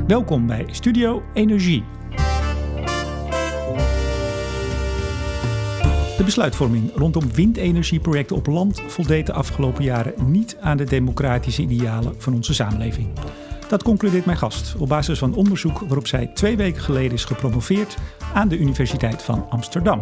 Welkom bij Studio Energie. De besluitvorming rondom windenergieprojecten op land voldeed de afgelopen jaren niet aan de democratische idealen van onze samenleving. Dat concludeert mijn gast op basis van onderzoek waarop zij 2 weken geleden is gepromoveerd aan de Universiteit van Amsterdam.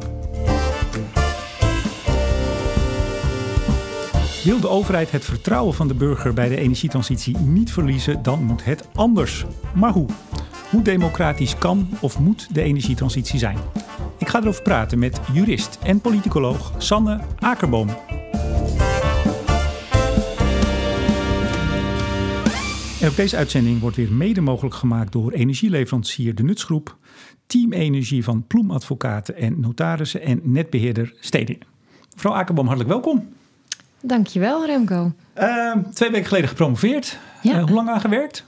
Wil de overheid het vertrouwen van de burger bij de energietransitie niet verliezen, dan moet het anders. Maar hoe? Hoe democratisch kan of moet de energietransitie zijn? Ik ga erover praten met jurist en politicoloog Sanne Akerboom. En ook deze uitzending wordt weer mede mogelijk gemaakt door energieleverancier De Nutsgroep, Team Energie van Ploem Advocaten en Notarissen en netbeheerder Stedingen. Mevrouw Akerboom, hartelijk welkom. Dankjewel, Remco. 2 weken geleden gepromoveerd. Ja. Hoe lang aan gewerkt?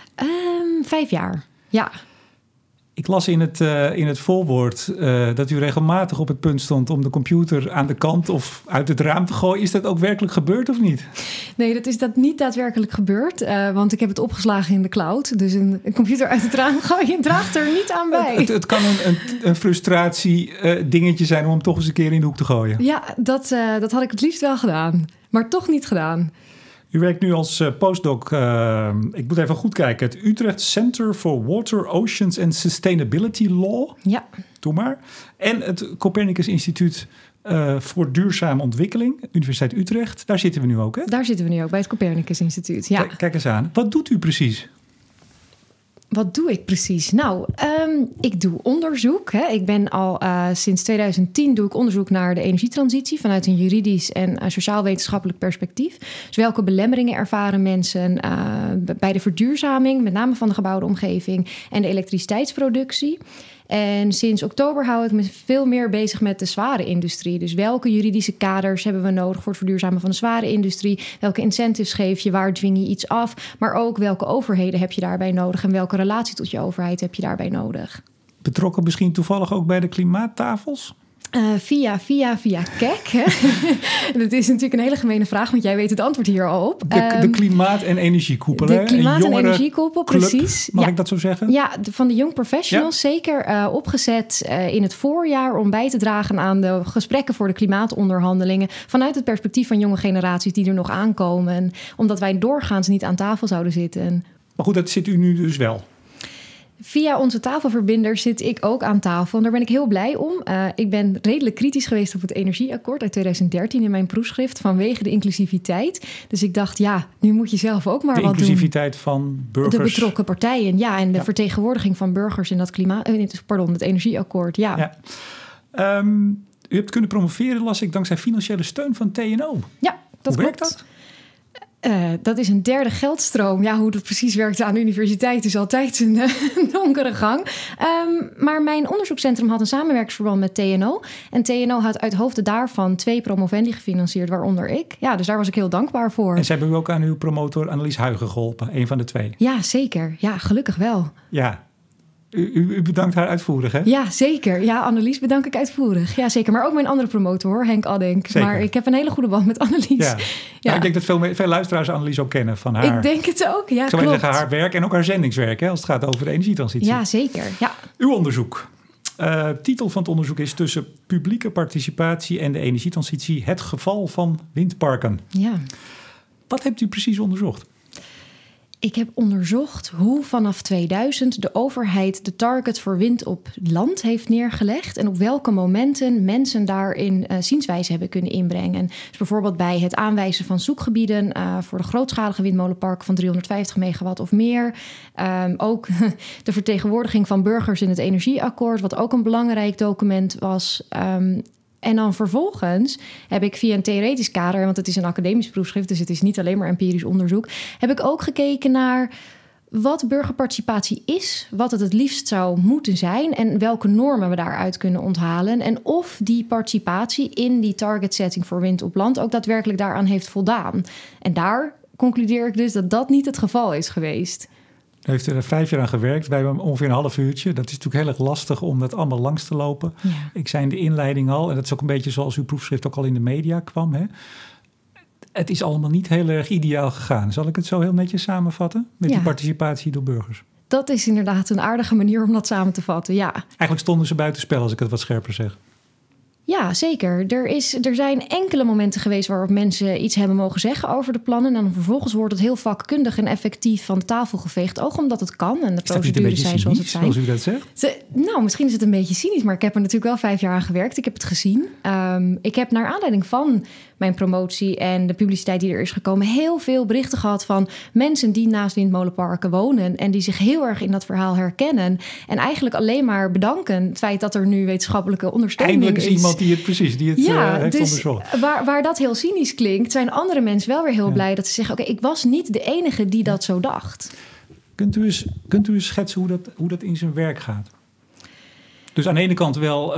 5 jaar, ja. Ik las in het voorwoord dat u regelmatig op het punt stond om de computer aan de kant of uit het raam te gooien. Is dat ook werkelijk gebeurd of niet? Nee, dat is niet daadwerkelijk gebeurd, want ik heb het opgeslagen in de cloud. Dus een computer uit het raam gooien draagt er niet aan bij. Het kan een frustratie dingetje zijn om hem toch eens een keer in de hoek te gooien. Ja, dat had ik het liefst wel gedaan, maar toch niet gedaan. U werkt nu als postdoc, ik moet even goed kijken, het Utrecht Center for Water, Oceans and Sustainability Law. Ja. Doe maar. En het Copernicus Instituut voor Duurzame Ontwikkeling, Universiteit Utrecht. Daar zitten we nu ook, hè? Daar zitten we nu ook, bij het Copernicus Instituut, ja. Kijk eens aan. Wat doet u precies? Wat doe ik precies? Nou, ik doe onderzoek. Hè. Ik ben al sinds 2010 doe ik onderzoek naar de energietransitie vanuit een juridisch en sociaal-wetenschappelijk perspectief. Dus welke belemmeringen ervaren mensen bij de verduurzaming, met name van de gebouwde omgeving en de elektriciteitsproductie. En sinds oktober hou ik me veel meer bezig met de zware industrie. Dus welke juridische kaders hebben we nodig voor het verduurzamen van de zware industrie? Welke incentives geef je? Waar dwing je iets af? Maar ook welke overheden heb je daarbij nodig? En welke relatie tot je overheid heb je daarbij nodig? Betrokken misschien toevallig ook bij de klimaattafels? Via KEC. Dat is natuurlijk een hele gemene vraag, want jij weet het antwoord hier al op. De klimaat- en energiekoepel. De klimaat- en energiekoepel, precies. Mag ik dat zo zeggen? Ja, van de Young Professionals, zeker opgezet in het voorjaar om bij te dragen aan de gesprekken voor de klimaatonderhandelingen vanuit het perspectief van jonge generaties die er nog aankomen. Omdat wij doorgaans niet aan tafel zouden zitten. Maar goed, dat zit u nu dus wel. Via onze tafelverbinder zit ik ook aan tafel. En daar ben ik heel blij om. Ik ben redelijk kritisch geweest op het energieakkoord uit 2013 in mijn proefschrift vanwege de inclusiviteit. Dus ik dacht, ja, nu moet je zelf ook maar wat doen. De inclusiviteit van burgers. De betrokken partijen, ja. En de vertegenwoordiging van burgers in dat het energieakkoord, ja. U hebt kunnen promoveren, las ik, dankzij financiële steun van TNO. Ja, dat Hoe klopt. werkt dat? Dat is een derde geldstroom. Ja, hoe dat precies werkt aan de universiteit is altijd een donkere gang. Maar mijn onderzoekscentrum had een samenwerkingsverband met TNO. En TNO had uit hoofde daarvan 2 promovendi gefinancierd, waaronder ik. Ja, dus daar was ik heel dankbaar voor. En ze hebben u ook aan uw promotor Annelies Huigen geholpen, een van de 2. Ja, zeker. Ja, gelukkig wel. Ja. U bedankt haar uitvoerig, hè? Ja, zeker. Ja, Annelies bedank ik uitvoerig. Ja, zeker. Maar ook mijn andere promotor, hoor, Henk Addenk. Zeker. Maar ik heb een hele goede band met Annelies. Ja. Nou, ik denk dat veel luisteraars Annelies ook kennen van haar. Ik denk het ook, ja, ik zou klopt. zeggen haar werk en ook haar zendingswerk, hè, als het gaat over de energietransitie. Ja, zeker. Ja. Uw onderzoek. Titel van het onderzoek is Tussen publieke participatie en de energietransitie: het geval van windparken. Ja. Wat hebt u precies onderzocht? Ik heb onderzocht hoe vanaf 2000 de overheid de target voor wind op land heeft neergelegd en op welke momenten mensen daarin zienswijze hebben kunnen inbrengen. Dus bijvoorbeeld bij het aanwijzen van zoekgebieden voor de grootschalige windmolenparken van 350 megawatt of meer. Ook de vertegenwoordiging van burgers in het energieakkoord, wat ook een belangrijk document was. En dan vervolgens heb ik via een theoretisch kader, want het is een academisch proefschrift, dus het is niet alleen maar empirisch onderzoek, heb ik ook gekeken naar wat burgerparticipatie is, wat het liefst zou moeten zijn en welke normen we daaruit kunnen onthalen. En of die participatie in die target setting voor wind op land ook daadwerkelijk daaraan heeft voldaan. En daar concludeer ik dus dat dat niet het geval is geweest. U heeft er 5 jaar aan gewerkt, wij hebben ongeveer een half uurtje. Dat is natuurlijk heel erg lastig om dat allemaal langs te lopen. Ja. Ik zei in de inleiding al, en dat is ook een beetje zoals uw proefschrift ook al in de media kwam. Hè? Het is allemaal niet heel erg ideaal gegaan. Zal ik het zo heel netjes samenvatten met die participatie door burgers? Dat is inderdaad een aardige manier om dat samen te vatten, ja. Eigenlijk stonden ze buitenspel, als ik het wat scherper zeg. Ja, zeker. Er zijn enkele momenten geweest waarop mensen iets hebben mogen zeggen over de plannen. En dan vervolgens wordt het heel vakkundig en effectief van de tafel geveegd. Ook omdat het kan en de procedures zijn zoals het zijn. Zoals u dat zegt? Nou, misschien is het een beetje cynisch, maar ik heb er natuurlijk wel 5 jaar aan gewerkt. Ik heb het gezien. Ik heb naar aanleiding van mijn promotie en de publiciteit die er is gekomen heel veel berichten gehad van mensen die naast windmolenparken wonen en die zich heel erg in dat verhaal herkennen. En eigenlijk alleen maar bedanken het feit dat er nu wetenschappelijke ondersteuning is. Eindelijk is iemand die het heeft onderzocht. Waar dat heel cynisch klinkt, zijn andere mensen wel weer heel blij dat ze zeggen, oké, ik was niet de enige die dat zo dacht. Kunt u eens schetsen hoe dat in zijn werk gaat? Dus aan de ene kant wel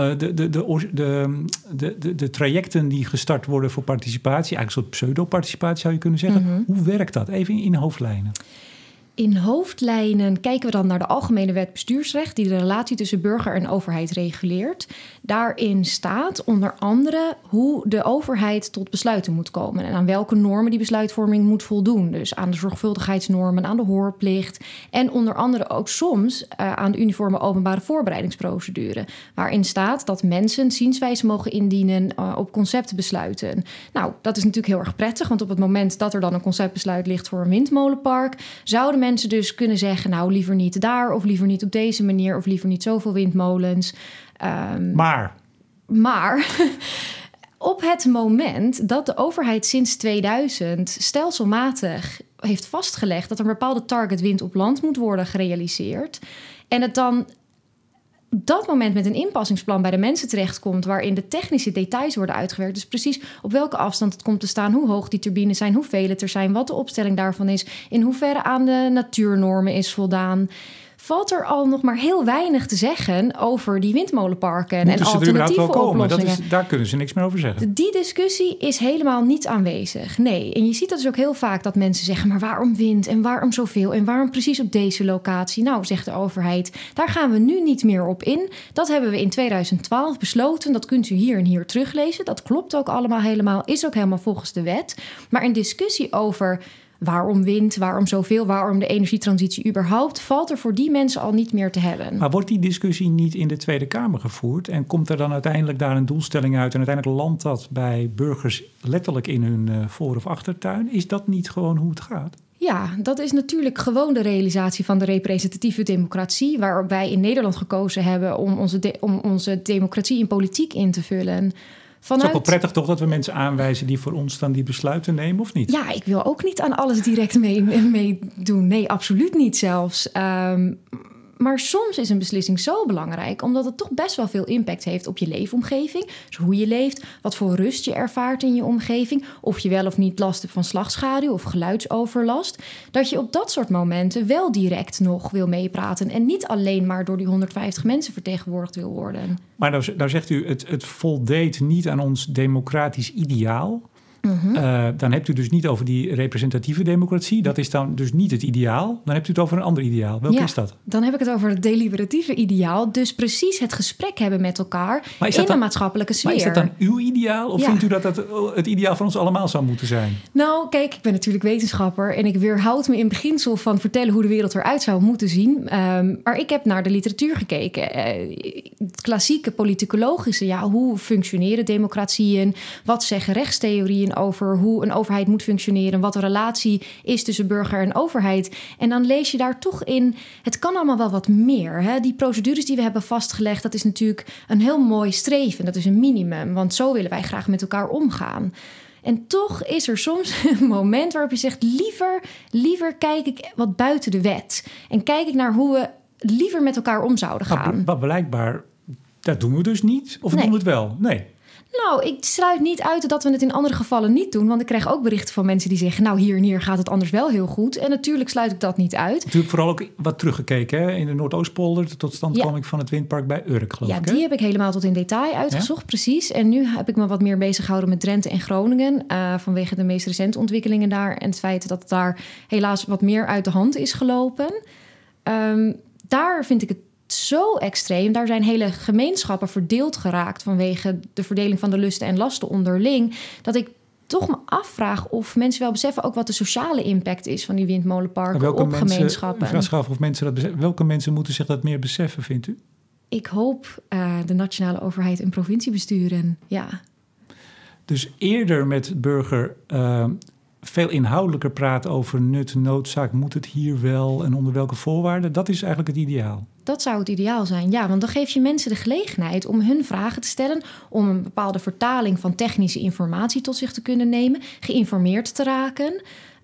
de trajecten die gestart worden voor participatie. Eigenlijk een soort pseudo-participatie zou je kunnen zeggen. Mm-hmm. Hoe werkt dat? Even in hoofdlijnen. In hoofdlijnen kijken we dan naar de Algemene Wet Bestuursrecht, die de relatie tussen burger en overheid reguleert. Daarin staat onder andere hoe de overheid tot besluiten moet komen en aan welke normen die besluitvorming moet voldoen. Dus aan de zorgvuldigheidsnormen, aan de hoorplicht en onder andere ook soms aan de uniforme openbare voorbereidingsprocedure, waarin staat dat mensen zienswijze mogen indienen op conceptbesluiten. Nou, dat is natuurlijk heel erg prettig, want op het moment dat er dan een conceptbesluit ligt voor een windmolenpark, zouden mensen dus kunnen zeggen, nou, liever niet daar of liever niet op deze manier of liever niet zoveel windmolens. Maar op het moment dat de overheid sinds 2000 stelselmatig heeft vastgelegd dat een bepaalde target wind op land moet worden gerealiseerd en het dan op dat moment met een inpassingsplan bij de mensen terechtkomt, waarin de technische details worden uitgewerkt. Dus precies op welke afstand het komt te staan, hoe hoog die turbines zijn, hoeveel het er zijn, wat de opstelling daarvan is, in hoeverre aan de natuurnormen is voldaan, valt er al nog maar heel weinig te zeggen over die windmolenparken en alternatieve oplossingen. Daar kunnen ze niks meer over zeggen. Die discussie is helemaal niet aanwezig. Nee, en je ziet dat dus ook heel vaak dat mensen zeggen, maar waarom wind en waarom zoveel en waarom precies op deze locatie? Nou, zegt de overheid, daar gaan we nu niet meer op in. Dat hebben we in 2012 besloten. Dat kunt u hier en hier teruglezen. Dat klopt ook allemaal helemaal, is ook helemaal volgens de wet. Maar een discussie over waarom wind, waarom zoveel, waarom de energietransitie überhaupt, valt er voor die mensen al niet meer te hebben. Maar wordt die discussie niet in de Tweede Kamer gevoerd en komt er dan uiteindelijk daar een doelstelling uit en uiteindelijk landt dat bij burgers letterlijk in hun voor- of achtertuin? Is dat niet gewoon hoe het gaat? Ja, dat is natuurlijk gewoon de realisatie van de representatieve democratie, waarop wij in Nederland gekozen hebben om onze democratie in politiek in te vullen. Het is ook wel prettig toch dat we mensen aanwijzen die voor ons dan die besluiten nemen, of niet? Ja, ik wil ook niet aan alles direct meedoen. Nee, absoluut niet zelfs. Maar soms is een beslissing zo belangrijk, omdat het toch best wel veel impact heeft op je leefomgeving. Dus hoe je leeft, wat voor rust je ervaart in je omgeving, of je wel of niet last hebt van slagschaduw of geluidsoverlast. Dat je op dat soort momenten wel direct nog wil meepraten en niet alleen maar door die 150 mensen vertegenwoordigd wil worden. Maar nou zegt u, het voldeed niet aan ons democratisch ideaal. Mm-hmm. Dan hebt u dus niet over die representatieve democratie. Dat is dan dus niet het ideaal. Dan hebt u het over een ander ideaal. Welk is dat? Dan heb ik het over het deliberatieve ideaal. Dus precies het gesprek hebben met elkaar in een maatschappelijke sfeer. Maar is dat dan uw ideaal? Of vindt u dat het ideaal van ons allemaal zou moeten zijn? Nou, kijk, ik ben natuurlijk wetenschapper en ik weerhoud me in beginsel van vertellen hoe de wereld eruit zou moeten zien. Maar ik heb naar de literatuur gekeken. Het klassieke politicologische, hoe functioneren democratieën? Wat zeggen rechtstheorieën over hoe een overheid moet functioneren, wat de relatie is tussen burger en overheid. En dan lees je daar toch in, het kan allemaal wel wat meer. Hè? Die procedures die we hebben vastgelegd, dat is natuurlijk een heel mooi streven. Dat is een minimum, want zo willen wij graag met elkaar omgaan. En toch is er soms een moment waarop je zegt, liever kijk ik wat buiten de wet. En kijk ik naar hoe we liever met elkaar om zouden gaan. Maar blijkbaar, dat doen we dus niet. Of doen we het wel? Nee. Nou, ik sluit niet uit dat we het in andere gevallen niet doen. Want ik krijg ook berichten van mensen die zeggen, nou, hier en hier gaat het anders wel heel goed. En natuurlijk sluit ik dat niet uit. Natuurlijk vooral ook wat teruggekeken, hè? In de Noordoostpolder, de totstandkoming van het windpark bij Urk, geloof ik. Ja, die heb ik helemaal tot in detail uitgezocht, precies. En nu heb ik me wat meer bezig gehouden met Drenthe en Groningen. Vanwege de meest recente ontwikkelingen daar. En het feit dat het daar helaas wat meer uit de hand is gelopen. Daar vind ik het zo extreem. Daar zijn hele gemeenschappen verdeeld geraakt vanwege de verdeling van de lusten en lasten onderling. Dat ik toch me afvraag of mensen wel beseffen ook wat de sociale impact is van die windmolenparken op gemeenschappen. Ik vraag af of mensen dat beseffen. Welke mensen moeten zich dat meer beseffen, vindt u? Ik hoop de nationale overheid en provinciebesturen, ja. Dus eerder met het burger veel inhoudelijker praten over nut, noodzaak, moet het hier wel en onder welke voorwaarden. Dat is eigenlijk het ideaal. Dat zou het ideaal zijn, ja. Want dan geef je mensen de gelegenheid om hun vragen te stellen, om een bepaalde vertaling van technische informatie tot zich te kunnen nemen, geïnformeerd te raken.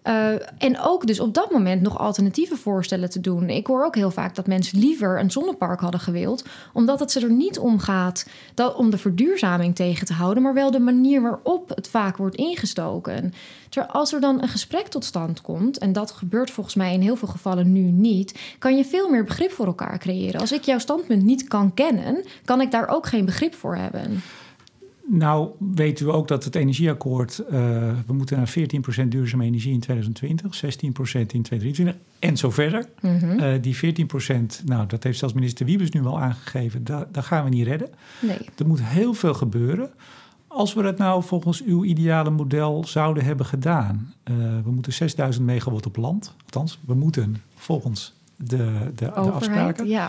En ook dus op dat moment nog alternatieve voorstellen te doen. Ik hoor ook heel vaak dat mensen liever een zonnepark hadden gewild, omdat het ze er niet om gaat om de verduurzaming tegen te houden, maar wel de manier waarop het vaak wordt ingestoken. Terwijl als er dan een gesprek tot stand komt, en dat gebeurt volgens mij in heel veel gevallen nu niet, kan je veel meer begrip voor elkaar creëren. Als ik jouw standpunt niet kan kennen, kan ik daar ook geen begrip voor hebben. Nou, weet u ook dat het energieakkoord, we moeten naar 14% duurzame energie in 2020, 16% in 2023 en zo verder. Mm-hmm. Die 14%, nou, dat heeft zelfs minister Wiebes nu al aangegeven, daar gaan we niet redden. Nee. Er moet heel veel gebeuren. Als we dat nou volgens uw ideale model zouden hebben gedaan, we moeten 6000 megawatt op land, althans, we moeten volgens de afspraken. Ja.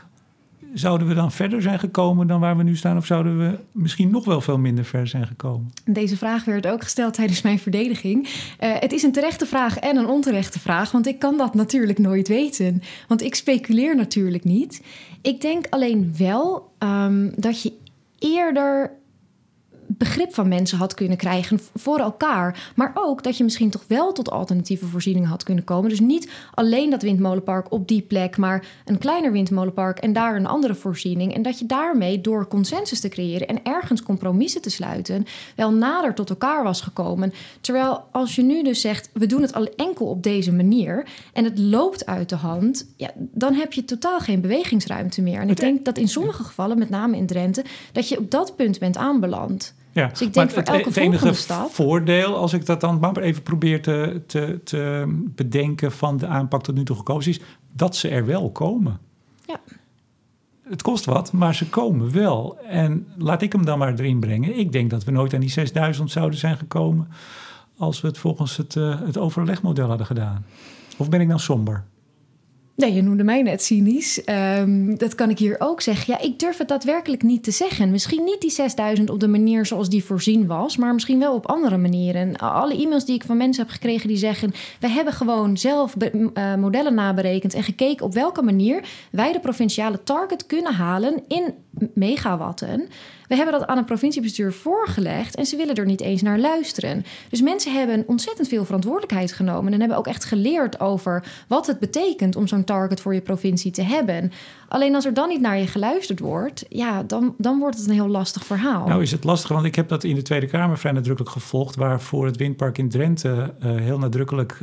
Zouden we dan verder zijn gekomen dan waar we nu staan? Of zouden we misschien nog wel veel minder ver zijn gekomen? Deze vraag werd ook gesteld tijdens mijn verdediging. Het is een terechte vraag en een onterechte vraag, want ik kan dat natuurlijk nooit weten. Want ik speculeer natuurlijk niet. Ik denk alleen wel dat je eerder begrip van mensen had kunnen krijgen voor elkaar. Maar ook dat je misschien toch wel tot alternatieve voorzieningen had kunnen komen. Dus niet alleen dat windmolenpark op die plek, maar een kleiner windmolenpark en daar een andere voorziening. En dat je daarmee door consensus te creëren en ergens compromissen te sluiten, wel nader tot elkaar was gekomen. Terwijl als je nu dus zegt, we doen het al enkel op deze manier en het loopt uit de hand, ja, dan heb je totaal geen bewegingsruimte meer. En ik denk dat in sommige gevallen, met name in Drenthe, dat je op dat punt bent aanbeland. Ja, dus ik denk voor elke volgende stap. Voordeel, als ik dat dan maar even probeer te bedenken van de aanpak tot nu toe gekozen is, dat ze er wel komen. Ja. Het kost wat, maar ze komen wel. En laat ik hem dan maar erin brengen. Ik denk dat we nooit aan die 6000 zouden zijn gekomen als we het volgens het overlegmodel hadden gedaan. Of ben ik nou somber? Nee, je noemde mij net cynisch. Dat kan ik hier ook zeggen. Ja, ik durf het daadwerkelijk niet te zeggen. Misschien niet die 6000 op de manier zoals die voorzien was, maar misschien wel op andere manieren. Alle e-mails die ik van mensen heb gekregen die zeggen, we hebben gewoon zelf modellen naberekend en gekeken op welke manier wij de provinciale target kunnen halen in megawatten. We hebben dat aan het provinciebestuur voorgelegd en ze willen er niet eens naar luisteren. Dus mensen hebben ontzettend veel verantwoordelijkheid genomen en hebben ook echt geleerd over wat het betekent om zo'n target voor je provincie te hebben. Alleen als er dan niet naar je geluisterd wordt, ja, dan wordt het een heel lastig verhaal. Nou is het lastig, want ik heb dat in de Tweede Kamer vrij nadrukkelijk gevolgd, waarvoor het windpark in Drenthe heel nadrukkelijk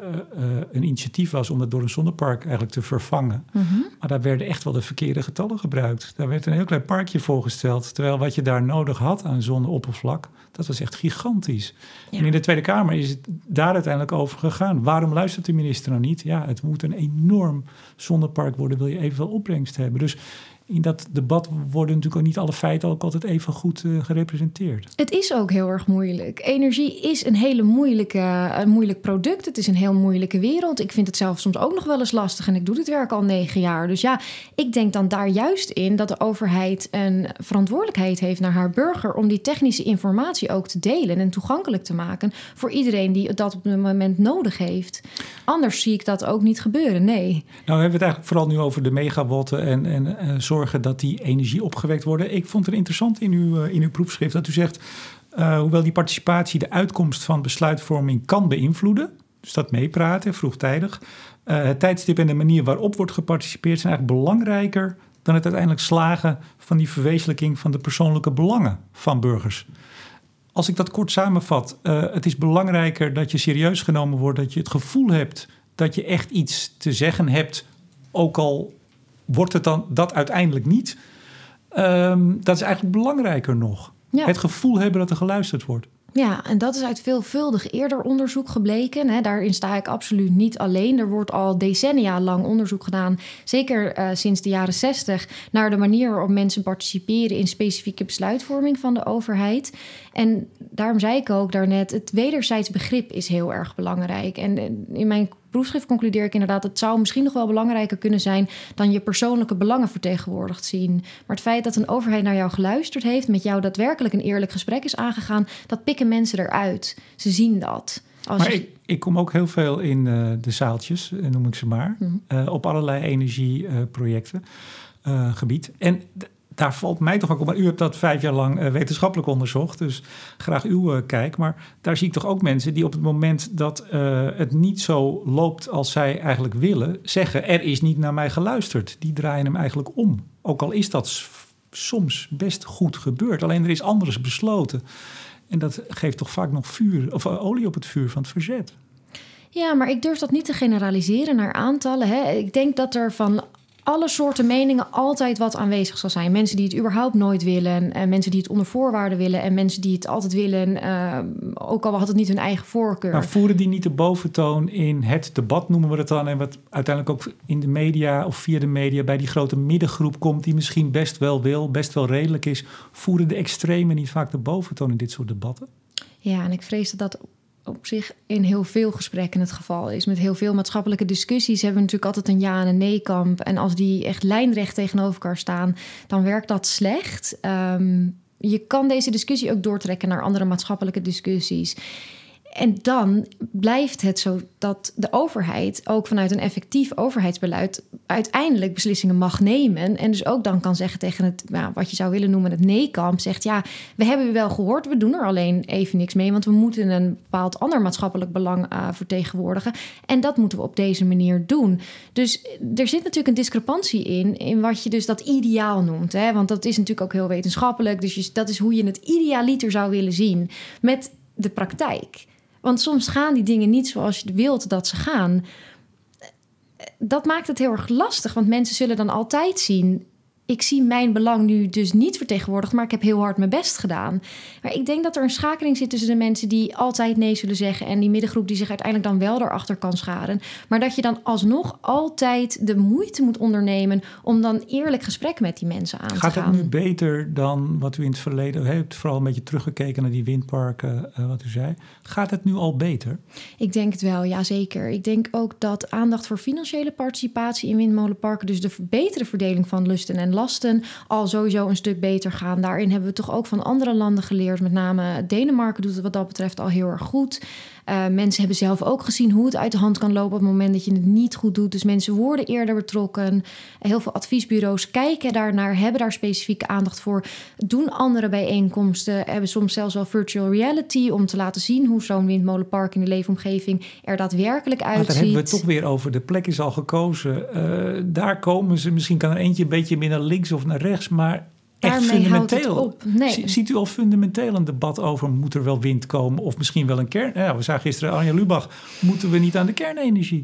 een initiatief was om dat door een zonnepark eigenlijk te vervangen. Mm-hmm. Maar daar werden echt wel de verkeerde getallen gebruikt. Daar werd een heel klein parkje voorgesteld, terwijl wat je daar nodig had aan zonneoppervlak, dat was echt gigantisch. Ja. En in de Tweede Kamer is het daar uiteindelijk over gegaan. Waarom luistert de minister nou niet? Ja, het moet een enorm zonnepark worden, wil je evenveel opbrengst hebben. Dus in dat debat worden natuurlijk ook niet alle feiten ook altijd even goed gerepresenteerd. Het is ook heel erg moeilijk. Energie is een hele moeilijk product. Het is een heel moeilijke wereld. Ik vind het zelf soms ook nog wel eens lastig en ik doe dit werk al 9 jaar. Dus ja, ik denk dan daar juist in dat de overheid een verantwoordelijkheid heeft naar haar burger om die technische informatie ook te delen en toegankelijk te maken voor iedereen die dat op het moment nodig heeft. Anders zie ik dat ook niet gebeuren, nee. Nou, we hebben het eigenlijk vooral nu over de megawatten en zorgen dat die energie opgewekt worden. Ik vond het interessant in uw proefschrift dat u zegt, hoewel die participatie de uitkomst van besluitvorming kan beïnvloeden, dus dat meepraten vroegtijdig, het tijdstip en de manier waarop wordt geparticipeerd zijn eigenlijk belangrijker dan het uiteindelijk slagen van die verwezenlijking van de persoonlijke belangen van burgers. Als ik dat kort samenvat, het is belangrijker dat je serieus genomen wordt, dat je het gevoel hebt dat je echt iets te zeggen hebt, ook al wordt het dan dat uiteindelijk niet. Dat is eigenlijk belangrijker nog. Ja. Het gevoel hebben dat er geluisterd wordt. Ja, en dat is uit veelvuldig eerder onderzoek gebleken. Hè. Daarin sta ik absoluut niet alleen. Er wordt al decennia lang onderzoek gedaan, zeker sinds de jaren 60... naar de manier waarop mensen participeren in specifieke besluitvorming van de overheid. En daarom zei ik ook daarnet, het wederzijds begrip is heel erg belangrijk. En in mijn proefschrift concludeer ik inderdaad, het zou misschien nog wel belangrijker kunnen zijn dan je persoonlijke belangen vertegenwoordigd zien. Maar het feit dat een overheid naar jou geluisterd heeft, met jou daadwerkelijk een eerlijk gesprek is aangegaan, dat pikken mensen eruit. Ze zien dat. Ik kom ook heel veel in de zaaltjes, noem ik ze maar, op allerlei energieprojecten, gebied. En daar valt mij toch ook op, maar u hebt dat 5 jaar lang wetenschappelijk onderzocht, dus graag uw kijk. Maar daar zie ik toch ook mensen die op het moment dat het niet zo loopt als zij eigenlijk willen, zeggen, er is niet naar mij geluisterd. Die draaien hem eigenlijk om. Ook al is dat soms best goed gebeurd, alleen er is anders besloten. En dat geeft toch vaak nog vuur of olie op het vuur van het verzet. Ja, maar ik durf dat niet te generaliseren naar aantallen. Hè. Ik denk dat er van alle soorten meningen altijd wat aanwezig zal zijn. Mensen die het überhaupt nooit willen, en mensen die het onder voorwaarden willen en mensen die het altijd willen, ook al had het niet hun eigen voorkeur. Maar voeren die niet de boventoon in het debat, noemen we het dan, en wat uiteindelijk ook in de media of via de media bij die grote middengroep komt, die misschien best wel wil, best wel redelijk is, voeren de extremen niet vaak de boventoon in dit soort debatten? Ja, en ik vrees dat op zich in heel veel gesprekken het geval is. Met heel veel maatschappelijke discussies hebben we natuurlijk altijd een ja- en een nee-kamp. En als die echt lijnrecht tegenover elkaar staan, dan werkt dat slecht. Je kan deze discussie ook doortrekken naar andere maatschappelijke discussies. En dan blijft het zo dat de overheid ook vanuit een effectief overheidsbeleid uiteindelijk beslissingen mag nemen. En dus ook dan kan zeggen tegen het, wat je zou willen noemen het nee-kamp, zegt ja, we hebben u wel gehoord, we doen er alleen even niks mee, want we moeten een bepaald ander maatschappelijk belang vertegenwoordigen. En dat moeten we op deze manier doen. Dus er zit natuurlijk een discrepantie in wat je dus dat ideaal noemt. Hè? Want dat is natuurlijk ook heel wetenschappelijk. Dus dat is hoe je het idealiter zou willen zien met de praktijk. Want soms gaan die dingen niet zoals je wilt dat ze gaan. Dat maakt het heel erg lastig, want mensen zullen dan altijd zien, ik zie mijn belang nu dus niet vertegenwoordigd, maar ik heb heel hard mijn best gedaan. Maar ik denk dat er een schakeling zit tussen de mensen die altijd nee zullen zeggen en die middengroep die zich uiteindelijk dan wel daarachter kan scharen. Maar dat je dan alsnog altijd de moeite moet ondernemen om dan eerlijk gesprek met die mensen aan te gaan. Gaat het nu beter dan wat u in het verleden heeft? Vooral een beetje teruggekeken naar die windparken, wat u zei. Gaat het nu al beter? Ik denk het wel, ja zeker. Ik denk ook dat aandacht voor financiële participatie in windmolenparken, dus de betere verdeling van lusten en lasten, al sowieso een stuk beter gaan. Daarin hebben we toch ook van andere landen geleerd. Met name Denemarken doet het wat dat betreft al heel erg goed. Mensen hebben zelf ook gezien hoe het uit de hand kan lopen op het moment dat je het niet goed doet. Dus mensen worden eerder betrokken. Heel veel adviesbureaus kijken daarnaar, hebben daar specifieke aandacht voor. Doen andere bijeenkomsten, hebben soms zelfs wel virtual reality om te laten zien hoe zo'n windmolenpark in de leefomgeving er daadwerkelijk uitziet. Maar daar hebben we het toch weer over. De plek is al gekozen. Daar komen ze. Misschien kan er eentje een beetje meer naar links of naar rechts, maar echt fundamenteel. Nee. Ziet u al fundamenteel een debat over, moet er wel wind komen of misschien wel een kern? Ja, we zagen gisteren Anja Lubach, moeten we niet aan de kernenergie?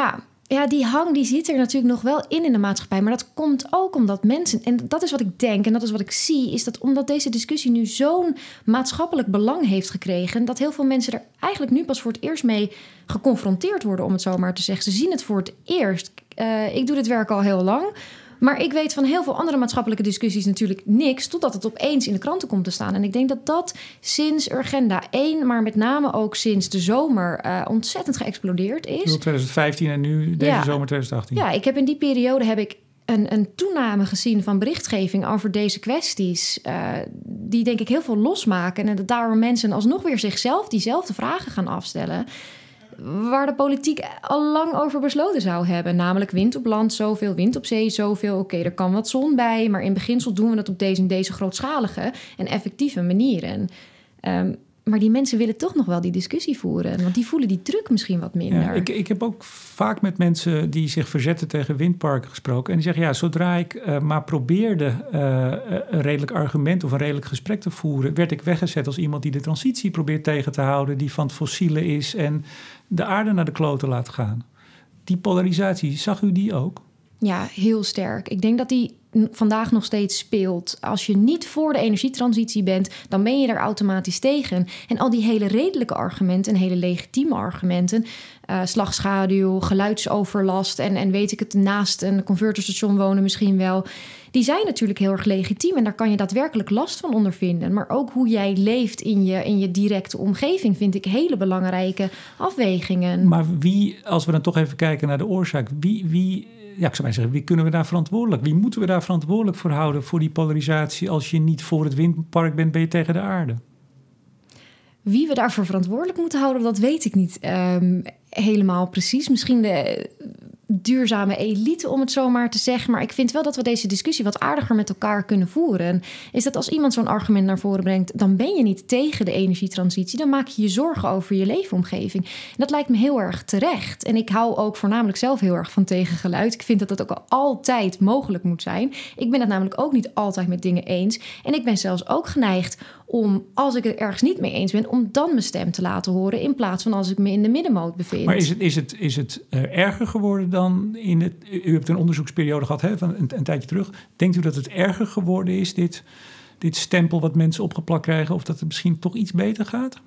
Ja, die hang die zit er natuurlijk nog wel in de maatschappij. Maar dat komt ook omdat mensen, en dat is wat ik denk en dat is wat ik zie, is dat omdat deze discussie nu zo'n maatschappelijk belang heeft gekregen, dat heel veel mensen er eigenlijk nu pas voor het eerst mee geconfronteerd worden, om het zo maar te zeggen. Ze zien het voor het eerst. Ik doe dit werk al heel lang. Maar ik weet van heel veel andere maatschappelijke discussies natuurlijk niks, totdat het opeens in de kranten komt te staan. En ik denk dat dat sinds Urgenda 1, maar met name ook sinds de zomer ontzettend geëxplodeerd is. 2015 en nu deze zomer 2018. Ja, in die periode heb ik een toename gezien van berichtgeving over deze kwesties, die denk ik heel veel losmaken. En dat daardoor mensen alsnog weer zichzelf diezelfde vragen gaan afstellen, waar de politiek al lang over besloten zou hebben. Namelijk wind op land, zoveel, wind op zee, zoveel. Oké, er kan wat zon bij, maar in beginsel doen we dat op deze grootschalige en effectieve manieren. Maar die mensen willen toch nog wel die discussie voeren, want die voelen die druk misschien wat minder. Ja, ik heb ook vaak met mensen die zich verzetten tegen windparken gesproken. En die zeggen, ja, zodra ik maar probeerde een redelijk argument of een redelijk gesprek te voeren, werd ik weggezet als iemand die de transitie probeert tegen te houden, die van het fossiele is en de aarde naar de kloten laat gaan. Die polarisatie, zag u die ook? Ja, heel sterk. Ik denk dat die vandaag nog steeds speelt. Als je niet voor de energietransitie bent, dan ben je er automatisch tegen. En al die hele redelijke argumenten en hele legitieme argumenten, slagschaduw, geluidsoverlast en weet ik het, naast een converterstation wonen misschien wel, die zijn natuurlijk heel erg legitiem en daar kan je daadwerkelijk last van ondervinden. Maar ook hoe jij leeft in je directe omgeving vind ik hele belangrijke afwegingen. Maar wie, als we dan toch even kijken naar de oorzaak, wie ik zou maar zeggen, wie kunnen we daar verantwoordelijk? Wie moeten we daar verantwoordelijk voor houden voor die polarisatie? Als je niet voor het windpark bent, ben je tegen de aarde. Wie we daarvoor verantwoordelijk moeten houden, dat weet ik niet helemaal precies. Misschien de duurzame elite, om het zo maar te zeggen. Maar ik vind wel dat we deze discussie wat aardiger met elkaar kunnen voeren. Is dat als iemand zo'n argument naar voren brengt, dan ben je niet tegen de energietransitie. Dan maak je je zorgen over je leefomgeving. En dat lijkt me heel erg terecht. En ik hou ook voornamelijk zelf heel erg van tegengeluid. Ik vind dat dat ook altijd mogelijk moet zijn. Ik ben het namelijk ook niet altijd met dingen eens. En ik ben zelfs ook geneigd om, als ik het ergens niet mee eens ben, om dan mijn stem te laten horen, in plaats van als ik me in de middenmoot bevind. Maar is het erger geworden dan in het... U hebt een onderzoeksperiode gehad, hè, van een tijdje terug. Denkt u dat het erger geworden is, dit stempel wat mensen opgeplakt krijgen, of dat het misschien toch iets beter gaat?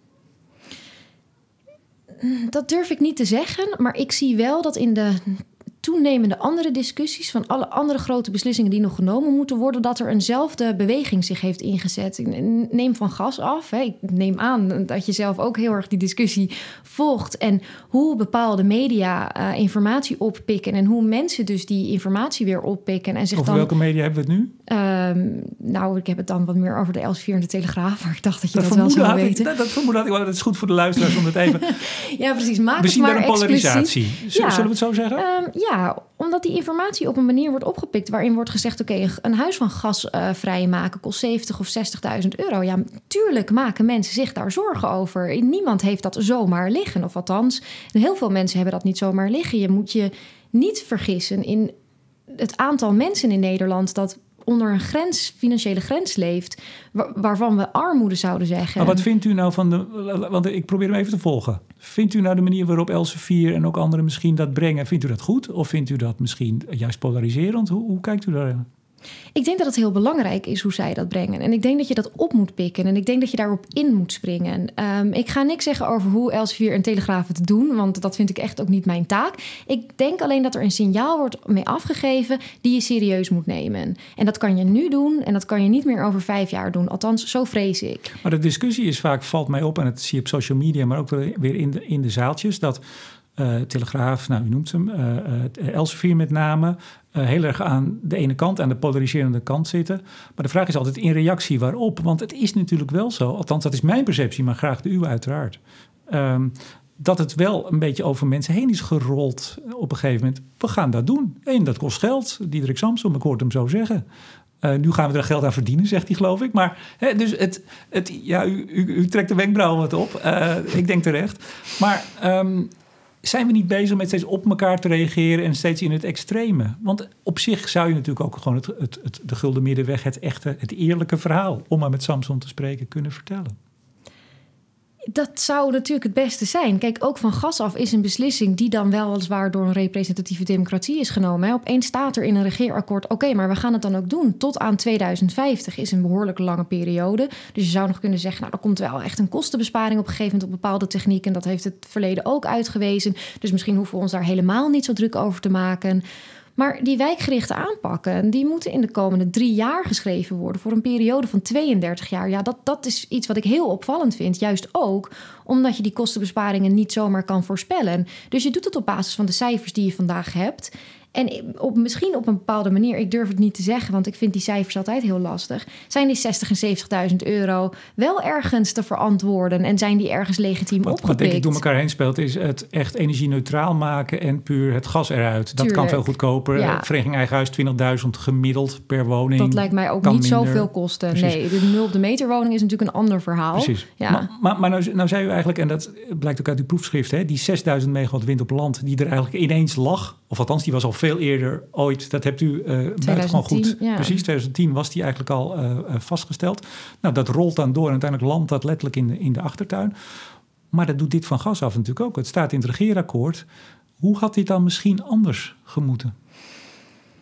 Dat durf ik niet te zeggen, maar ik zie wel dat in de toenemende andere discussies van alle andere grote beslissingen die nog genomen moeten worden, dat er eenzelfde beweging zich heeft ingezet. Ik neem van gas af. Hè. Ik neem aan dat je zelf ook heel erg die discussie volgt. En hoe bepaalde media informatie oppikken en hoe mensen dus die informatie weer oppikken. En zich over welke media hebben we het nu? Ik heb het dan wat meer over de Elsevier en de Telegraaf, maar ik dacht dat je dat wel zou weten. Dat vermoeden had ik wel. Dat is goed voor de luisteraars om het even... Ja, precies. Maak we zien het maar daar een polarisatie. Zullen we het zo zeggen? Ja, omdat die informatie op een manier wordt opgepikt waarin wordt gezegd, oké, een huis van gas vrijmaken kost 70.000 of 60.000 euro. Ja, tuurlijk maken mensen zich daar zorgen over. Niemand heeft dat zomaar liggen, of althans, heel veel mensen hebben dat niet zomaar liggen. Je moet je niet vergissen in het aantal mensen in Nederland dat onder een financiële grens leeft, waarvan we armoede zouden zeggen. Maar wat vindt u nou van want ik probeer hem even te volgen. Vindt u nou de manier waarop Elsevier en ook anderen misschien dat brengen, vindt u dat goed? Of vindt u dat misschien juist polariserend? Hoe kijkt u daar? Ik denk dat het heel belangrijk is hoe zij dat brengen. En ik denk dat je dat op moet pikken. En ik denk dat je daarop in moet springen. Ik ga niks zeggen over hoe Elsevier en Telegraaf het doen, want dat vind ik echt ook niet mijn taak. Ik denk alleen dat er een signaal wordt mee afgegeven die je serieus moet nemen. En dat kan je nu doen en dat kan je niet meer over 5 jaar doen. Althans, zo vrees ik. Maar de discussie is vaak, valt mij op, en dat zie je op social media, maar ook weer in de zaaltjes, dat Telegraaf, u noemt hem, Elsevier met name, heel erg aan de ene kant, aan de polariserende kant zitten. Maar de vraag is altijd in reactie waarop. Want het is natuurlijk wel zo, althans dat is mijn perceptie, maar graag de uwe uiteraard, dat het wel een beetje over mensen heen is gerold op een gegeven moment. We gaan dat doen. En dat kost geld. Diederik Samsom, ik hoorde hem zo zeggen. Nu gaan we er geld aan verdienen, zegt hij, geloof ik. Maar dus u trekt de wenkbrauwen wat op. Ik denk terecht. Maar zijn we niet bezig met steeds op elkaar te reageren en steeds in het extreme? Want op zich zou je natuurlijk ook gewoon de gulden middenweg, het eerlijke verhaal, om maar met Samson te spreken, kunnen vertellen. Dat zou natuurlijk het beste zijn. Kijk, ook van gas af is een beslissing die dan weliswaar door een representatieve democratie is genomen. Hè. Opeens staat er in een regeerakkoord, oké, maar we gaan het dan ook doen. Tot aan 2050 is een behoorlijk lange periode. Dus je zou nog kunnen zeggen, er komt wel echt een kostenbesparing op een gegeven moment op bepaalde technieken. En dat heeft het verleden ook uitgewezen. Dus misschien hoeven we ons daar helemaal niet zo druk over te maken. Maar die wijkgerichte aanpakken, die moeten in de komende 3 jaar geschreven worden voor een periode van 32 jaar. Ja, dat is iets wat ik heel opvallend vind. Juist ook omdat je die kostenbesparingen niet zomaar kan voorspellen. Dus je doet het op basis van de cijfers die je vandaag hebt. En misschien op een bepaalde manier, ik durf het niet te zeggen, want ik vind die cijfers altijd heel lastig. Zijn die 60.000 en 70.000 euro wel ergens te verantwoorden en zijn die ergens legitiem opgepikt? Wat denk ik door elkaar heen speelt, is het echt energie-neutraal maken en puur het gas eruit. Dat Tuurlijk. kan veel goedkoper. Ja. Vereniging Eigen Huis 20.000 gemiddeld per woning. Dat lijkt mij ook niet zoveel kosten. Precies. Nee, de 0 op de meter woning is natuurlijk een ander verhaal. Precies. Ja. Maar nou zei u eigenlijk, en dat blijkt ook uit uw proefschrift, hè, die 6.000 megawatt wind op land die er eigenlijk ineens lag, of althans die was al veel eerder ooit, dat hebt u buitengewoon goed. Ja. Precies, 2010 was die eigenlijk al vastgesteld. Nou, dat rolt dan door en uiteindelijk landt dat letterlijk in de achtertuin. Maar dat doet dit van gas af natuurlijk ook. Het staat in het regeerakkoord. Hoe had dit dan misschien anders gemoeten?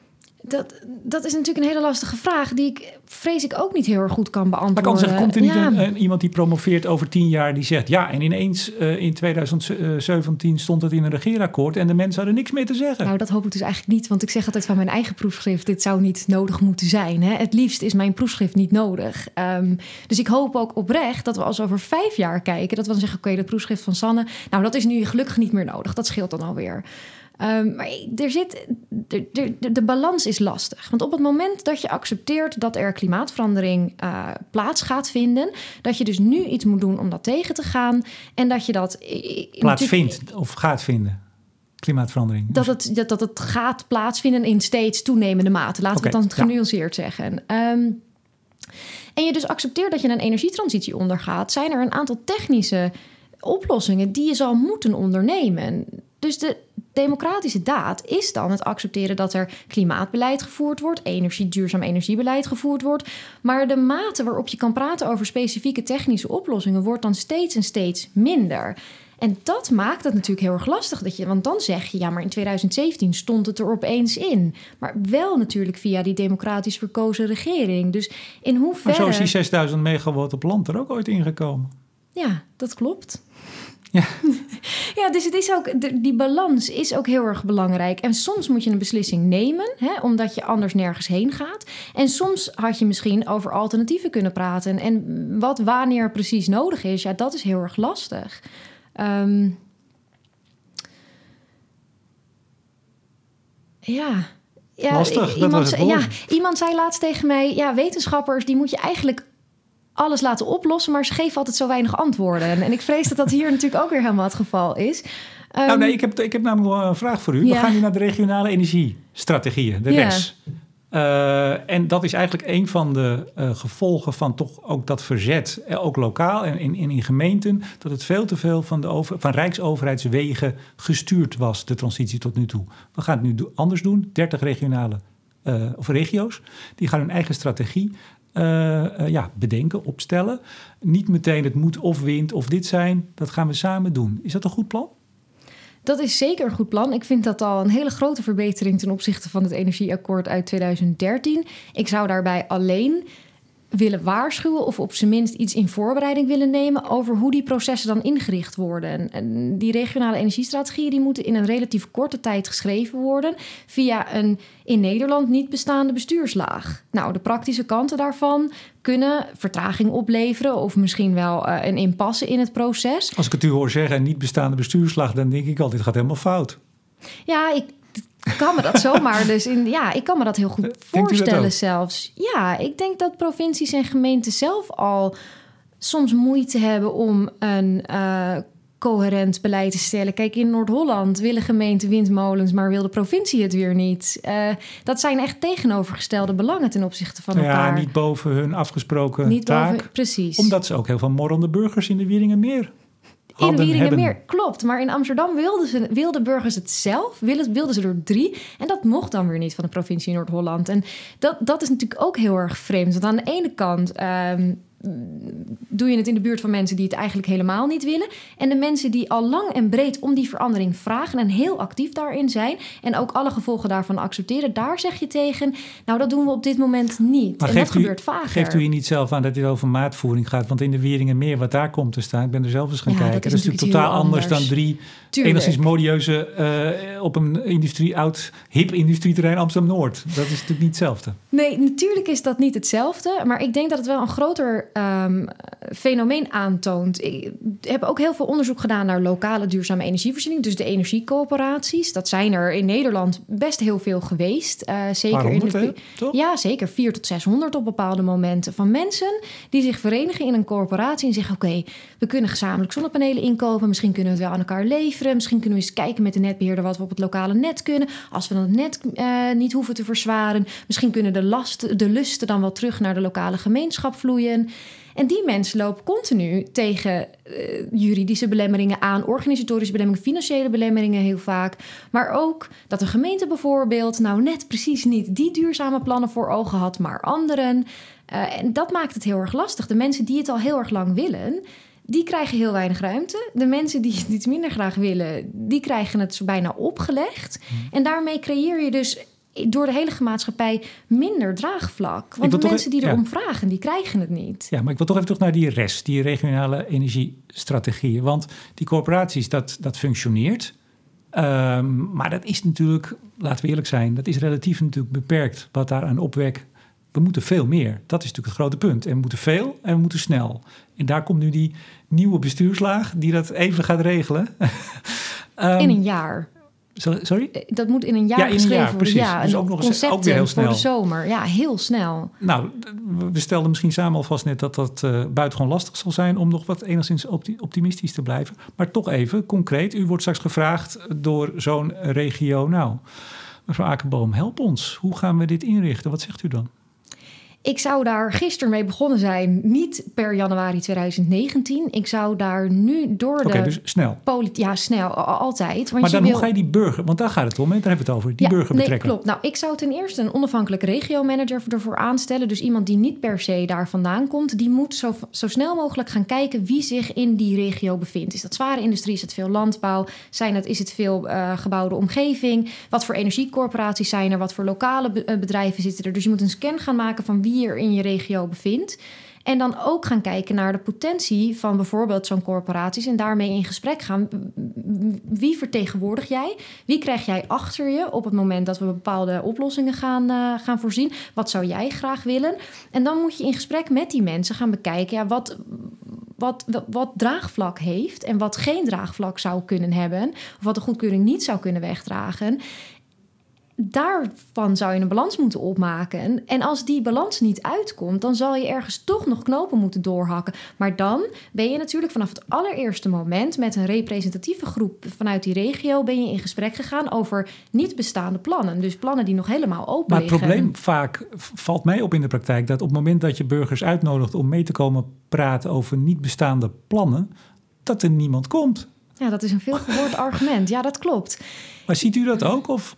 Dat is natuurlijk een hele lastige vraag die vrees ik ook niet heel erg goed kan beantwoorden. Maar kan zeggen, komt er niet iemand die promoveert over 10 jaar die zegt... ja, en ineens in 2017 stond het in een regeerakkoord... en de mensen hadden niks meer te zeggen. Nou, dat hoop ik dus eigenlijk niet. Want ik zeg altijd van mijn eigen proefschrift... dit zou niet nodig moeten zijn. Hè? Het liefst is mijn proefschrift niet nodig. Dus ik hoop ook oprecht dat we als over 5 jaar kijken... dat we dan zeggen, oké, dat proefschrift van Sanne... nou, dat is nu gelukkig niet meer nodig. Dat scheelt dan alweer. Maar de balans is lastig. Want op het moment dat je accepteert dat er klimaatverandering plaats gaat vinden... dat je dus nu iets moet doen om dat tegen te gaan... en dat je dat... plaatsvindt of gaat vinden, klimaatverandering. Dat het gaat plaatsvinden in steeds toenemende mate. Laten we het dan genuanceerd zeggen. En je dus accepteert dat je een energietransitie ondergaat... zijn er een aantal technische oplossingen die je zal moeten ondernemen. Dus de democratische daad is dan het accepteren dat er klimaatbeleid gevoerd wordt... duurzaam energiebeleid gevoerd wordt. Maar de mate waarop je kan praten over specifieke technische oplossingen... wordt dan steeds en steeds minder. En dat maakt het natuurlijk heel erg lastig. Want dan zeg je, ja, maar in 2017 stond het er opeens in. Maar wel natuurlijk via die democratisch verkozen regering. Dus in hoeverre... Maar zo is die 6000 megawatt op land er ook ooit ingekomen. Ja, dat klopt. Ja. Ja, dus het is ook, die balans is ook heel erg belangrijk. En soms moet je een beslissing nemen, omdat je anders nergens heen gaat. En soms had je misschien over alternatieven kunnen praten. En wat wanneer precies nodig is, ja, dat is heel erg lastig. Lastig, dat was het woord. Iemand zei laatst tegen mij... ja, wetenschappers, die moet je eigenlijk alles laten oplossen... maar ze geven altijd zo weinig antwoorden. En ik vrees dat dat hier natuurlijk ook weer helemaal het geval is. Ik heb namelijk wel een vraag voor u. Ja. We gaan nu naar de regionale energiestrategieën, de RES. En dat is eigenlijk een van de gevolgen van toch ook dat verzet... ook lokaal en in gemeenten... dat het veel te veel van rijksoverheidswegen gestuurd was... de transitie tot nu toe. We gaan het nu anders doen. 30 regionale of regio's, die gaan hun eigen strategie... bedenken, opstellen. Niet meteen het moet of wind of dit zijn. Dat gaan we samen doen. Is dat een goed plan? Dat is zeker een goed plan. Ik vind dat al een hele grote verbetering... ten opzichte van het energieakkoord uit 2013. Ik zou daarbij alleen willen waarschuwen... of op zijn minst iets in voorbereiding willen nemen... over hoe die processen dan ingericht worden. En die regionale energiestrategieën... die moeten in een relatief korte tijd geschreven worden... via een in Nederland niet bestaande bestuurslaag. Nou, de praktische kanten daarvan kunnen vertraging opleveren... of misschien wel een impasse in het proces. Als ik het u hoor zeggen, een niet bestaande bestuurslaag... dan denk ik altijd, dit gaat helemaal fout. Ja, ik kan me dat zomaar ik kan me dat heel goed voorstellen zelfs. Ja, ik denk dat provincies en gemeenten zelf al soms moeite hebben om een coherent beleid te stellen. Kijk, in Noord-Holland willen gemeenten windmolens, maar wil de provincie het weer niet. Dat zijn echt tegenovergestelde belangen ten opzichte van elkaar. Ja, niet boven hun afgesproken taak. Precies. Omdat ze ook heel veel morrende burgers in de Wieringermeer in Wieringermeer, klopt. Maar in Amsterdam wilden burgers het zelf. Wilden ze er 3. En dat mocht dan weer niet van de provincie Noord-Holland. En dat is natuurlijk ook heel erg vreemd. Want aan de ene kant doe je het in de buurt van mensen die het eigenlijk helemaal niet willen. En de mensen die al lang en breed om die verandering vragen... en heel actief daarin zijn... en ook alle gevolgen daarvan accepteren... daar zeg je tegen, nou, dat doen we op dit moment niet. Maar en dat gebeurt vaker. Geeft u hier niet zelf aan dat dit over maatvoering gaat? Want in de Wieringermeer, wat daar komt te staan... ik ben er zelf eens gaan kijken. Dat is natuurlijk totaal anders dan 3... enigszins modieuze op een hip industrieterrein Amsterdam-Noord. Dat is natuurlijk niet hetzelfde. Nee, natuurlijk is dat niet hetzelfde. Maar ik denk dat het wel een groter fenomeen aantoont. Ik heb ook heel veel onderzoek gedaan naar lokale duurzame energievoorziening. Dus de energiecoöperaties. Dat zijn er in Nederland best heel veel geweest. Zeker toch? Ja, zeker 400 tot 600 op bepaalde momenten. Van mensen die zich verenigen in een coöperatie en zeggen... oké, we kunnen gezamenlijk zonnepanelen inkopen. Misschien kunnen we het wel aan elkaar leveren. Misschien kunnen we eens kijken met de netbeheerder wat we op het lokale net kunnen. Als we dan het net niet hoeven te verzwaren. Misschien kunnen de lusten dan wel terug naar de lokale gemeenschap vloeien. En die mensen lopen continu tegen juridische belemmeringen aan... organisatorische belemmeringen, financiële belemmeringen heel vaak. Maar ook dat een gemeente bijvoorbeeld... nou net precies niet die duurzame plannen voor ogen had, maar anderen. En dat maakt het heel erg lastig. De mensen die het al heel erg lang willen... die krijgen heel weinig ruimte. De mensen die het iets minder graag willen... die krijgen het zo bijna opgelegd. En daarmee creëer je dus door de hele maatschappij minder draagvlak. Want de mensen die erom vragen, die krijgen het niet. Ja, maar ik wil toch even terug naar die RES, die regionale energiestrategieën. Want die corporaties, dat functioneert. Maar dat is natuurlijk, laten we eerlijk zijn, dat is relatief natuurlijk beperkt wat daar aan opwek. We moeten veel meer. Dat is natuurlijk het grote punt. En we moeten veel en we moeten snel. En daar komt nu die nieuwe bestuurslaag die dat even gaat regelen. In een jaar. Sorry? Dat moet in een jaar geschreven worden. Precies. Ja, dus ook nog eens ook weer heel snel. Voor de zomer. Ja, heel snel. Nou, we stelden misschien samen alvast net dat buitengewoon lastig zal zijn om nog wat enigszins optimistisch te blijven. Maar toch even concreet. U wordt straks gevraagd door zo'n regio. Nou, mevrouw Akerboom, help ons. Hoe gaan we dit inrichten? Wat zegt u dan? Ik zou daar gisteren mee begonnen zijn, niet per januari 2019. Ik zou daar nu door Oké, dus snel. Ja, snel, altijd. Want maar dan hoe ga je die burger, want daar gaat het om, hè? Daar hebben we het over, die burger betrekken. Nee, klopt. Nou, ik zou ten eerste een onafhankelijke regiomanager ervoor aanstellen. Dus iemand die niet per se daar vandaan komt. Die moet zo snel mogelijk gaan kijken wie zich in die regio bevindt. Is dat zware industrie, is het veel landbouw? Is het veel gebouwde omgeving? Wat voor energiecorporaties zijn er? Wat voor lokale bedrijven zitten er? Dus je moet een scan gaan maken van wie je in je regio bevindt. En dan ook gaan kijken naar de potentie van bijvoorbeeld zo'n corporaties en daarmee in gesprek gaan. Wie vertegenwoordig jij? Wie krijg jij achter je op het moment dat we bepaalde oplossingen gaan voorzien? Wat zou jij graag willen? En dan moet je in gesprek met die mensen gaan bekijken wat draagvlak heeft en wat geen draagvlak zou kunnen hebben, of wat de goedkeuring niet zou kunnen wegdragen. Daarvan zou je een balans moeten opmaken. En als die balans niet uitkomt, dan zal je ergens toch nog knopen moeten doorhakken. Maar dan ben je natuurlijk vanaf het allereerste moment met een representatieve groep vanuit die regio ben je in gesprek gegaan over niet bestaande plannen. Dus plannen die nog helemaal open liggen. Maar het probleem vaak valt mij op in de praktijk dat op het moment dat je burgers uitnodigt om mee te komen praten over niet bestaande plannen, dat er niemand komt. Ja, dat is een veelgehoord argument. Ja, dat klopt. Maar ziet u dat ook? Of?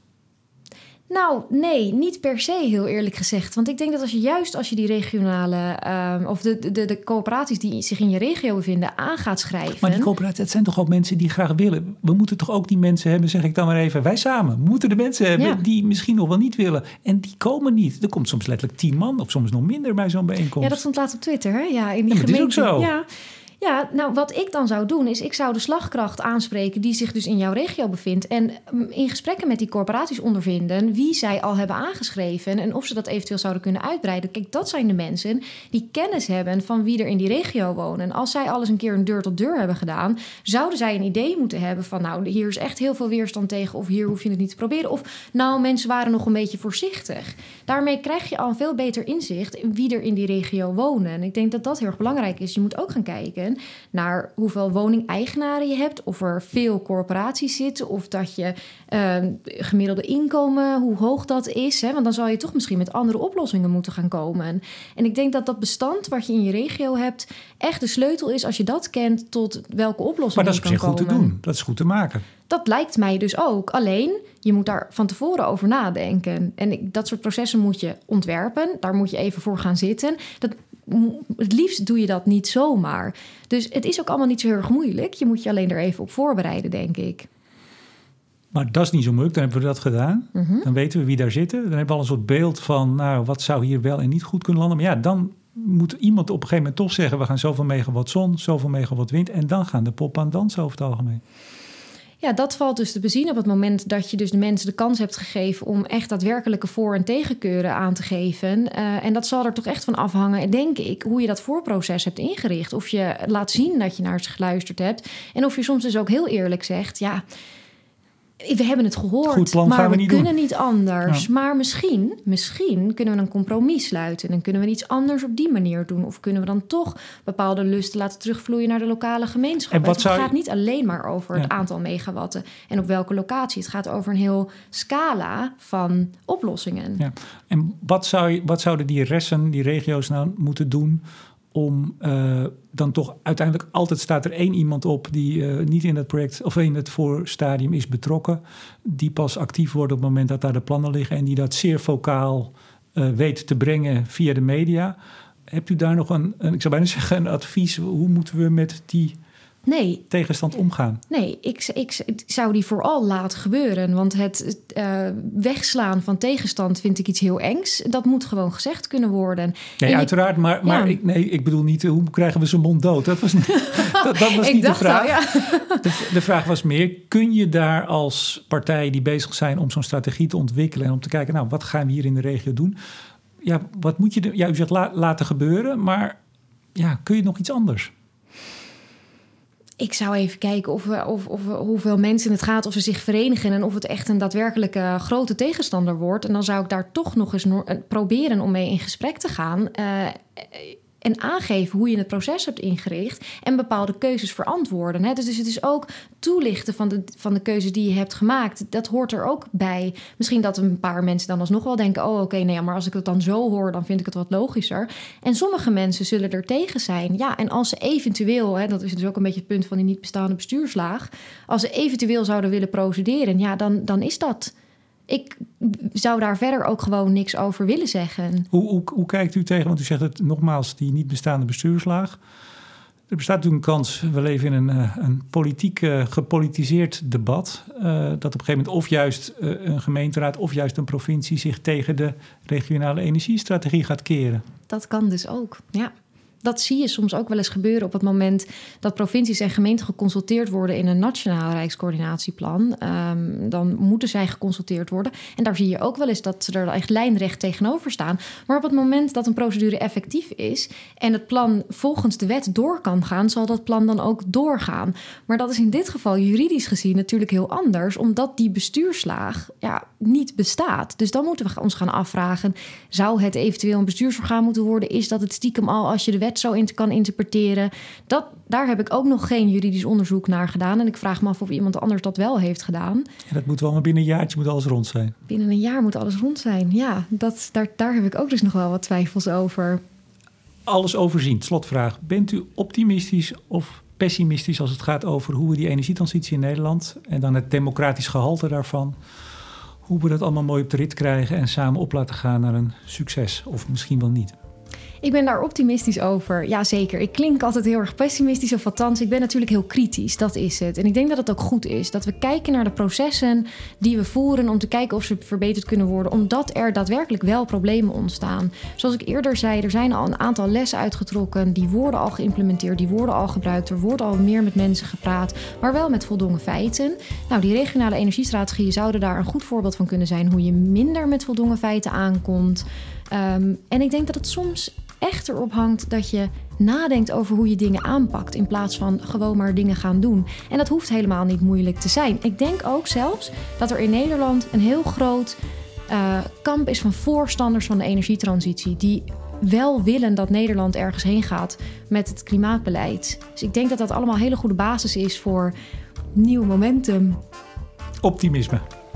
Nou, nee, niet per se, heel eerlijk gezegd. Want ik denk dat als je die regionale of de coöperaties die zich in je regio bevinden aan gaat schrijven. Maar die coöperaties, het zijn toch ook mensen die graag willen. We moeten toch ook die mensen hebben, zeg ik dan maar even. Wij samen moeten de mensen hebben die misschien nog wel niet willen. En die komen niet. Er komt soms letterlijk 10 man of soms nog minder bij zo'n bijeenkomst. Ja, dat stond laatst op Twitter, hè? Ja, in die gemeente. Dat is ook zo. Ja. Ja, nou wat ik dan zou doen is ik zou de slagkracht aanspreken die zich dus in jouw regio bevindt en in gesprekken met die corporaties ondervinden wie zij al hebben aangeschreven en of ze dat eventueel zouden kunnen uitbreiden. Kijk, dat zijn de mensen die kennis hebben van wie er in die regio wonen. En als zij alles een keer een deur tot deur hebben gedaan, zouden zij een idee moeten hebben van nou, hier is echt heel veel weerstand tegen of hier hoef je het niet te proberen. Of nou, mensen waren nog een beetje voorzichtig. Daarmee krijg je al een veel beter inzicht in wie er in die regio wonen. En ik denk dat dat heel erg belangrijk is. Je moet ook gaan kijken naar hoeveel woningeigenaren je hebt, of er veel corporaties zitten, of dat je gemiddelde inkomen, hoe hoog dat is. Hè? Want dan zal je toch misschien met andere oplossingen moeten gaan komen. En ik denk dat dat bestand wat je in je regio hebt echt de sleutel is als je dat kent tot welke oplossing je kan komen. Maar dat is op zich goed te doen. Dat is goed te maken. Dat lijkt mij dus ook. Alleen, je moet daar van tevoren over nadenken. En dat soort processen moet je ontwerpen. Daar moet je even voor gaan zitten. Het liefst doe je dat niet zomaar. Dus het is ook allemaal niet zo heel erg moeilijk. Je moet je alleen er even op voorbereiden, denk ik. Maar dat is niet zo moeilijk. Dan hebben we dat gedaan. Mm-hmm. Dan weten we wie daar zitten. Dan hebben we al een soort beeld van, nou, wat zou hier wel en niet goed kunnen landen. Maar ja, dan moet iemand op een gegeven moment toch zeggen, we gaan zoveel megawatt zon, zoveel megawatt wind. En dan gaan de poppen aan dansen over het algemeen. Ja, dat valt dus te bezien op het moment dat je dus de mensen de kans hebt gegeven om echt daadwerkelijke voor- en tegenkeuren aan te geven. En dat zal er toch echt van afhangen, denk ik, hoe je dat voorproces hebt ingericht. Of je laat zien dat je naar ze geluisterd hebt. En of je soms dus ook heel eerlijk zegt, ja, we hebben het gehoord, goed plan, maar we kunnen doen. niet anders. Ja. Maar misschien kunnen we een compromis sluiten. En kunnen we iets anders op die manier doen. Of kunnen we dan toch bepaalde lusten laten terugvloeien naar de lokale gemeenschap. Het gaat niet alleen maar over het aantal megawatten en op welke locatie. Het gaat over een heel scala van oplossingen. Ja. En wat zouden die regio's nou moeten doen om dan toch uiteindelijk altijd staat er 1 iemand op die niet in het project of in het voorstadium is betrokken, die pas actief wordt op het moment dat daar de plannen liggen en die dat zeer vocaal weet te brengen via de media. Hebt u daar nog ik zou bijna zeggen, een advies? Hoe moeten we met die tegenstand omgaan? Nee, ik zou die vooral laten gebeuren. Want het wegslaan van tegenstand vind ik iets heel engs. Dat moet gewoon gezegd kunnen worden. Nee, uiteraard. Maar ik bedoel niet, hoe krijgen we zijn mond dood? Dat was niet de vraag. Al, ja. De vraag was meer, kun je daar als partij die bezig zijn om zo'n strategie te ontwikkelen en om te kijken, nou, wat gaan we hier in de regio doen? Ja, wat moet je... u zegt laten gebeuren, maar ja, kun je nog iets anders? Ik zou even kijken of hoeveel mensen het gaat, of ze zich verenigen en of het echt een daadwerkelijke grote tegenstander wordt. En dan zou ik daar toch nog eens proberen om mee in gesprek te gaan. En aangeven hoe je het proces hebt ingericht en bepaalde keuzes verantwoorden. Hè? Dus het is ook toelichten van de keuzes die je hebt gemaakt. Dat hoort er ook bij. Misschien dat een paar mensen dan alsnog wel denken, maar als ik het dan zo hoor, dan vind ik het wat logischer. En sommige mensen zullen er tegen zijn. Ja, en als ze eventueel, dat is dus ook een beetje het punt van die niet bestaande bestuurslaag, als ze eventueel zouden willen procederen, ja, dan is dat. Ik zou daar verder ook gewoon niks over willen zeggen. Hoe kijkt u tegen, want u zegt het nogmaals, die niet bestaande bestuurslaag. Er bestaat natuurlijk een kans, we leven in een politiek gepolitiseerd debat, dat op een gegeven moment of juist een gemeenteraad of juist een provincie zich tegen de regionale energiestrategie gaat keren. Dat kan dus ook, ja. Dat zie je soms ook wel eens gebeuren op het moment dat provincies en gemeenten geconsulteerd worden in een nationaal Rijkscoördinatieplan. Dan moeten zij geconsulteerd worden. En daar zie je ook wel eens dat ze er echt lijnrecht tegenover staan. Maar op het moment dat een procedure effectief is en het plan volgens de wet door kan gaan, zal dat plan dan ook doorgaan. Maar dat is in dit geval juridisch gezien natuurlijk heel anders, omdat die bestuurslaag niet bestaat. Dus dan moeten we ons gaan afvragen, zou het eventueel een bestuursorgaan moeten worden? Is dat het stiekem al als je de wet zo kan interpreteren? Daar heb ik ook nog geen juridisch onderzoek naar gedaan. En ik vraag me af of iemand anders dat wel heeft gedaan. Ja, dat moet wel, maar binnen een jaartje moet alles rond zijn. Binnen een jaar moet alles rond zijn. Ja, daar heb ik ook dus nog wel wat twijfels over. Alles overzien, slotvraag. Bent u optimistisch of pessimistisch als het gaat over hoe we die energietransitie in Nederland en dan het democratisch gehalte daarvan, hoe we dat allemaal mooi op de rit krijgen en samen op laten gaan naar een succes? Of misschien wel niet? Ik ben daar optimistisch over. Ja, zeker. Ik klink altijd heel erg pessimistisch of althans, ik ben natuurlijk heel kritisch. Dat is het. En ik denk dat het ook goed is. Dat we kijken naar de processen die we voeren om te kijken of ze verbeterd kunnen worden. Omdat er daadwerkelijk wel problemen ontstaan. Zoals ik eerder zei, er zijn al een aantal lessen uitgetrokken. Die worden al geïmplementeerd, die worden al gebruikt. Er wordt al meer met mensen gepraat, maar wel met voldongen feiten. Nou, die regionale energiestrategieën zouden daar een goed voorbeeld van kunnen zijn. Hoe je minder met voldongen feiten aankomt. En ik denk dat het soms echt erop hangt dat je nadenkt over hoe je dingen aanpakt in plaats van gewoon maar dingen gaan doen. En dat hoeft helemaal niet moeilijk te zijn. Ik denk ook zelfs dat er in Nederland een heel groot kamp is van voorstanders van de energietransitie die wel willen dat Nederland ergens heen gaat met het klimaatbeleid. Dus ik denk dat dat allemaal een hele goede basis is voor nieuw momentum. Optimisme.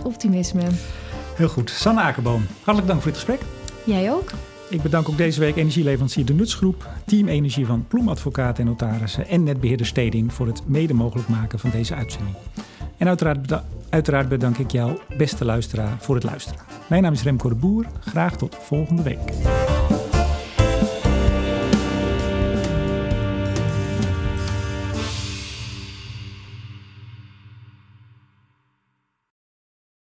Heel goed. Sanne Akerboom, hartelijk dank voor dit gesprek. Jij ook. Ik bedank ook deze week energieleverancier De Nutsgroep, Team Energie van Ploem Advocaten en Notarissen en netbeheerder Stedin voor het mede mogelijk maken van deze uitzending. En uiteraard bedank ik jou, beste luisteraar, voor het luisteren. Mijn naam is Remco de Boer. Graag tot volgende week.